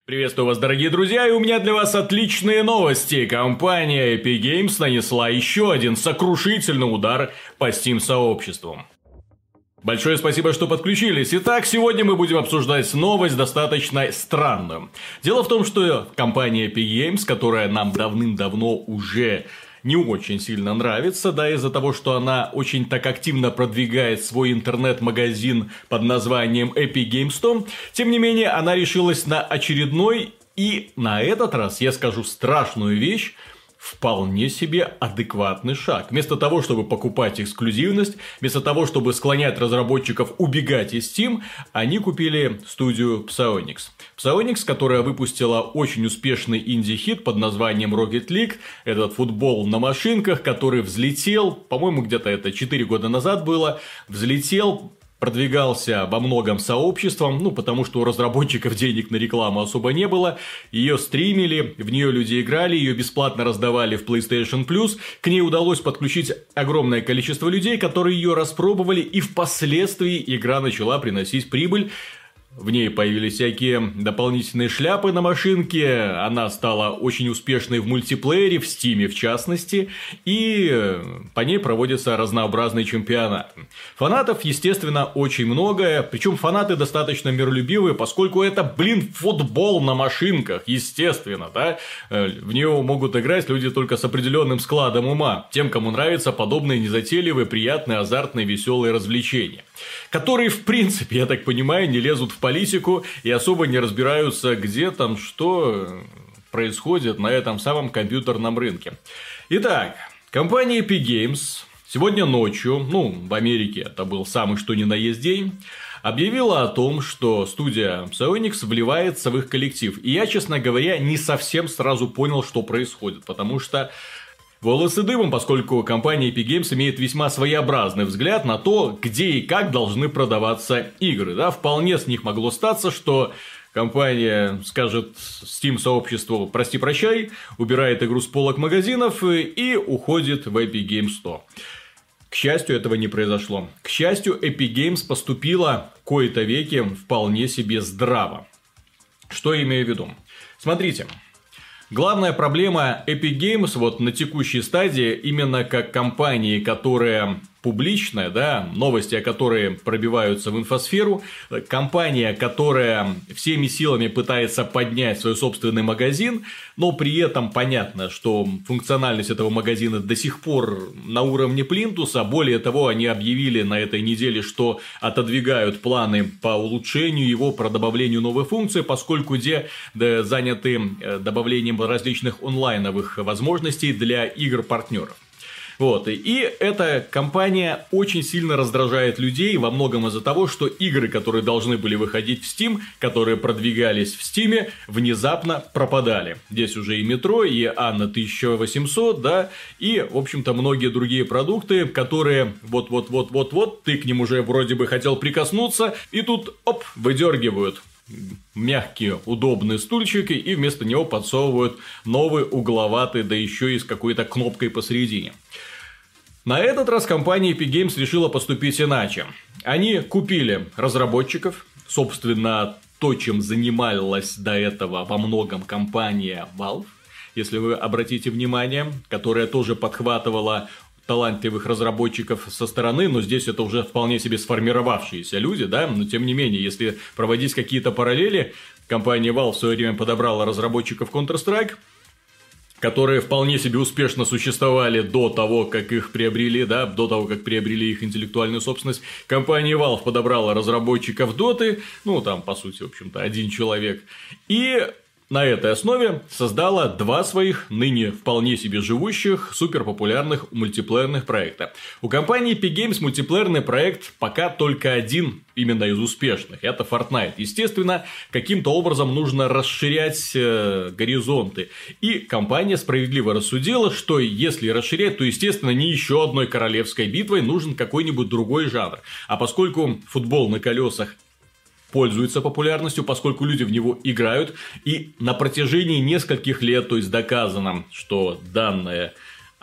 Приветствую вас, дорогие друзья, и у меня для вас отличные новости. Компания Epic Games нанесла еще один сокрушительный удар по Steam-сообществу. Большое спасибо, что подключились. Итак, сегодня мы будем обсуждать новость достаточно странную. Дело в том, что компания Epic Games, которая нам давным-давно уже не очень сильно нравится, да, из-за того, что она очень так активно продвигает свой интернет-магазин под названием Epic Games Store, тем не менее, она решилась на очередной и на этот раз, я скажу страшную вещь, вполне себе адекватный шаг. Вместо того, чтобы покупать эксклюзивность, вместо того, чтобы склонять разработчиков убегать из Steam, они купили студию Psyonix. Psyonix, которая выпустила очень успешный инди-хит под названием Rocket League, этот футбол на машинках, который взлетел, по-моему, где-то это 4 года назад было, взлетел, продвигался во многом сообществом, потому что у разработчиков денег на рекламу особо не было, ее стримили, в нее люди играли, ее бесплатно раздавали в PlayStation Plus, к ней удалось подключить огромное количество людей, которые ее распробовали, и впоследствии игра начала приносить прибыль. В ней появились всякие дополнительные шляпы на машинке, она стала очень успешной в мультиплеере, в Стиме в частности, и по ней проводятся разнообразные чемпионаты. Фанатов, естественно, очень много, причем фанаты достаточно миролюбивые, поскольку это, футбол на машинках, естественно, да, в него могут играть люди только с определенным складом ума, тем, кому нравятся подобные незатейливые, приятные, азартные, веселые развлечения, которые, в принципе, я так понимаю, не лезут в политику и особо не разбираются, где там что происходит на этом самом компьютерном рынке. Итак, компания Epic Games сегодня ночью, в Америке это был самый что ни на есть день, объявила о том, что студия Psyonix вливается в их коллектив. И я, честно говоря, не совсем сразу понял, что происходит, потому что волосы дымом, поскольку компания Epic Games имеет весьма своеобразный взгляд на то, где и как должны продаваться игры. Да, вполне с них могло статься, что компания скажет Steam-сообществу «прости-прощай», убирает игру с полок магазинов и уходит в Epic Games Store. К счастью, этого не произошло. К счастью, Epic Games поступила в кои-то веки вполне себе здраво. Что имею в виду? Смотрите. Главная проблема Epic Games на текущей стадии, именно как компании, которая публичная, да, новости о которой пробиваются в инфосферу, компания, которая всеми силами пытается поднять свой собственный магазин, но при этом понятно, что функциональность этого магазина до сих пор на уровне плинтуса. Более того, они объявили на этой неделе, что отодвигают планы по улучшению его, про добавлению новой функции, поскольку заняты добавлением различных онлайновых возможностей для игр-партнеров. И эта компания очень сильно раздражает людей, во многом из-за того, что игры, которые должны были выходить в Steam, которые продвигались в Steam, внезапно пропадали. Здесь уже и Метро, и Анна 1800, да, и, в общем-то, многие другие продукты, которые вот-вот-вот-вот-вот, ты к ним уже вроде бы хотел прикоснуться, и тут, выдергивают мягкие, удобные стульчики и вместо него подсовывают новый угловатый, да еще и с какой-то кнопкой посередине. На этот раз компания Epic Games решила поступить иначе. Они купили разработчиков, собственно, то, чем занималась до этого во многом компания Valve, если вы обратите внимание, которая тоже подхватывала талантливых разработчиков со стороны, но здесь это уже вполне себе сформировавшиеся люди, да, но тем не менее, если проводить какие-то параллели, компания Valve в свое время подобрала разработчиков Counter-Strike, которые вполне себе успешно существовали до того, как их приобрели, да, до того, как приобрели их интеллектуальную собственность. Компания Valve подобрала разработчиков Dota, там, по сути, в общем-то, один человек, и на этой основе создала два своих ныне вполне себе живущих суперпопулярных мультиплеерных проекта. У компании Epic Games мультиплеерный проект пока только один именно из успешных. Это Fortnite. Естественно, каким-то образом нужно расширять горизонты. И компания справедливо рассудила, что если расширять, то, естественно, не еще одной королевской битвой, нужен какой-нибудь другой жанр. А поскольку футбол на колесах пользуется популярностью, поскольку люди в него играют, и на протяжении нескольких лет, то есть доказано, что данная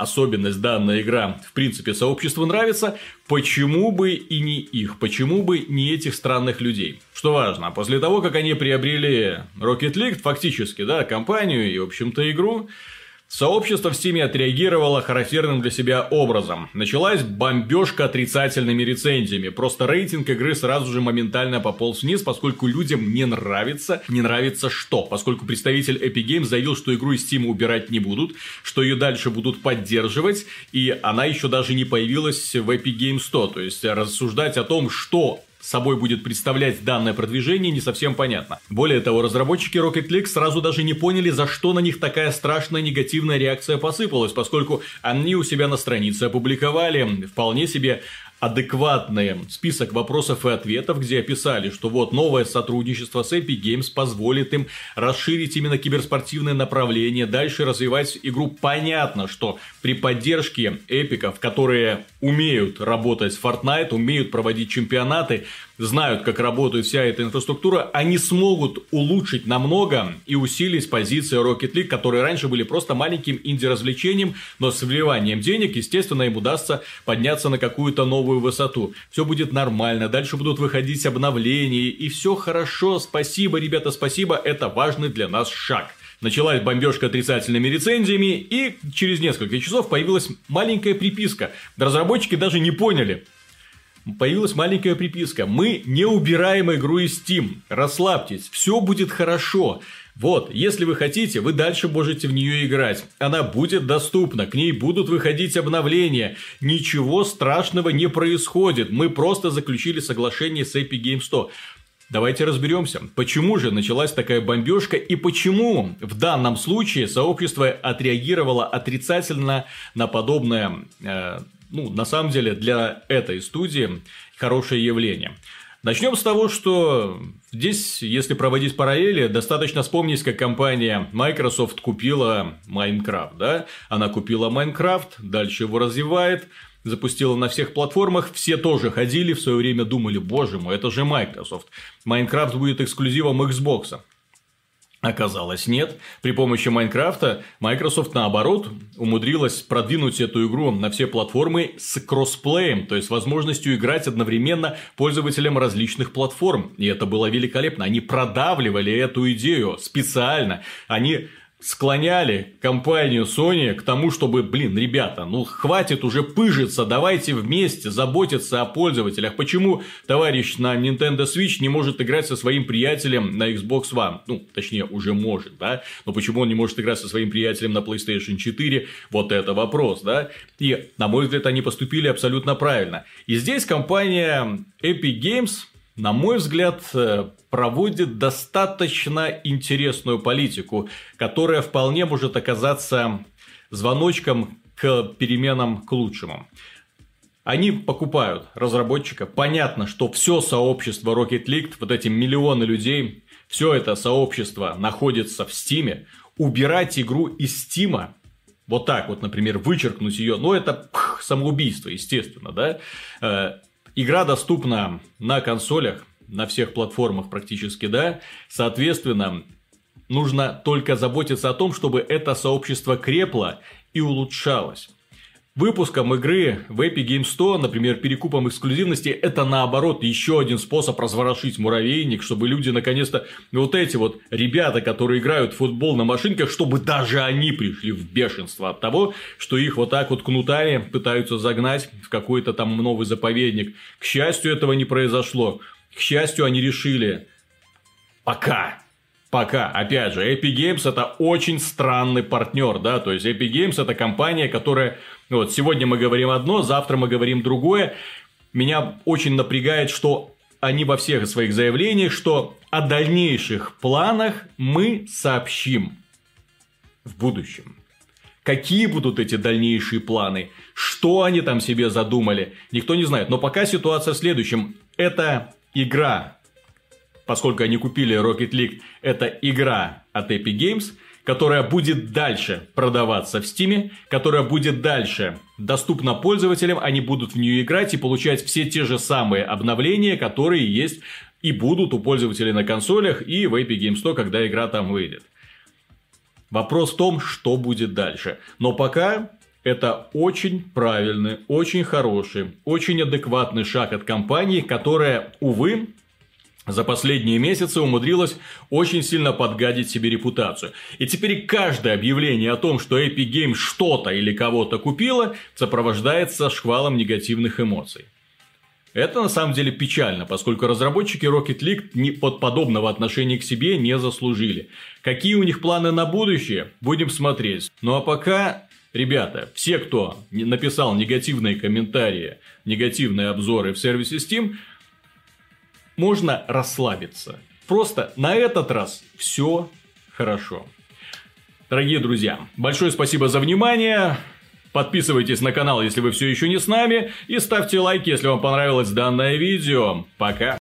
особенность данная игра, в принципе, сообществу нравится, почему бы и не их, почему бы не этих странных людей. Что важно, после того, как они приобрели Rocket League, фактически, да, компанию и, в общем-то, игру, сообщество в Steam отреагировало характерным для себя образом. Началась бомбежка отрицательными рецензиями. Просто рейтинг игры сразу же моментально пополз вниз, поскольку людям не нравится. Не нравится что? Поскольку представитель Epic Games заявил, что игру из Steam убирать не будут, что ее дальше будут поддерживать, и она еще даже не появилась в Epic Games 100. То есть рассуждать о том, что собой будет представлять данное продвижение, не совсем понятно. Более того, разработчики Rocket League сразу даже не поняли, за что на них такая страшная негативная реакция посыпалась, поскольку они у себя на странице опубликовали вполне себе адекватный список вопросов и ответов, где описали, что вот новое сотрудничество с Epic Games позволит им расширить именно киберспортивное направление, дальше развивать игру. Понятно, что при поддержке эпиков, которые умеют работать с Fortnite, умеют проводить чемпионаты, знают, как работает вся эта инфраструктура, они смогут улучшить намного и усилить позиции Rocket League, которые раньше были просто маленьким инди-развлечением, но с вливанием денег, естественно, им удастся подняться на какую-то новую высоту. Все будет нормально, дальше будут выходить обновления, и все хорошо, спасибо, ребята, спасибо, это важный для нас шаг. Началась бомбежка отрицательными рецензиями, и через несколько часов появилась маленькая приписка. Разработчики даже не поняли. Появилась маленькая приписка. Мы не убираем игру из Steam. Расслабьтесь, все будет хорошо. Вот, если вы хотите, вы дальше можете в нее играть. Она будет доступна, к ней будут выходить обновления. Ничего страшного не происходит. Мы просто заключили соглашение с Epic Games 100. Давайте разберемся, почему же началась такая бомбежка и почему в данном случае сообщество отреагировало отрицательно на подобное, на самом деле, для этой студии хорошее явление. Начнем с того, что здесь, если проводить параллели, достаточно вспомнить, как компания Microsoft купила Minecraft, да? Она купила Minecraft, дальше его развивает, запустила на всех платформах, все тоже ходили, в свое время думали, боже мой, это же Microsoft, Minecraft будет эксклюзивом Xbox. Оказалось, нет. При помощи Майнкрафта Microsoft, наоборот, умудрилась продвинуть эту игру на все платформы с кроссплеем, то есть возможностью играть одновременно пользователям различных платформ. И это было великолепно. Они продавливали эту идею специально. Они склоняли компанию Sony к тому, чтобы, ребята, хватит уже пыжиться, давайте вместе заботиться о пользователях. Почему товарищ на Nintendo Switch не может играть со своим приятелем на Xbox One? Точнее, уже может, да? Но почему он не может играть со своим приятелем на PlayStation 4? Вот это вопрос, да? И, на мой взгляд, они поступили абсолютно правильно. И здесь компания Epic Games, на мой взгляд, проводит достаточно интересную политику, которая вполне может оказаться звоночком к переменам к лучшему. Они покупают разработчика. Понятно, что все сообщество Rocket League, вот эти миллионы людей, все это сообщество находится в Steam. Убирать игру из Steam, вот так вот, например, вычеркнуть ее, это самоубийство, естественно, да? Игра доступна на консолях, на всех платформах практически, да. Соответственно, нужно только заботиться о том, чтобы это сообщество крепло и улучшалось. Выпуском игры в Epic Games 100, например, перекупом эксклюзивности, это наоборот еще один способ разворошить муравейник, чтобы люди наконец-то, вот эти вот ребята, которые играют в футбол на машинках, чтобы даже они пришли в бешенство от того, что их вот так вот кнутами пытаются загнать в какой-то там новый заповедник. К счастью, этого не произошло. К счастью, они решили пока. Опять же, Epic Games это очень странный партнер, да, то есть Epic Games это компания, которая, вот сегодня мы говорим одно, завтра мы говорим другое. Меня очень напрягает, что они во всех своих заявлениях, что о дальнейших планах мы сообщим в будущем. Какие будут эти дальнейшие планы? Что они там себе задумали? Никто не знает. Но пока ситуация в следующем. Это игра, поскольку они купили Rocket League, это игра от Epic Games, которая будет дальше продаваться в Steam, которая будет дальше доступна пользователям, они будут в нее играть и получать все те же самые обновления, которые есть и будут у пользователей на консолях и в Epic Games 100, когда игра там выйдет. Вопрос в том, что будет дальше. Но пока Это очень правильный, очень хороший, очень адекватный шаг от компании, которая, увы, за последние месяцы умудрилась очень сильно подгадить себе репутацию. И теперь каждое объявление о том, что Epic Games что-то или кого-то купила, сопровождается шквалом негативных эмоций. Это на самом деле печально, поскольку разработчики Rocket League под подобного отношения к себе не заслужили. Какие у них планы на будущее, будем смотреть. Ну а пока, ребята, все, кто написал негативные комментарии, негативные обзоры в сервисе Steam, можно расслабиться. Просто на этот раз все хорошо. Дорогие друзья, большое спасибо за внимание. Подписывайтесь на канал, если вы все еще не с нами. И ставьте лайки, если вам понравилось данное видео. Пока.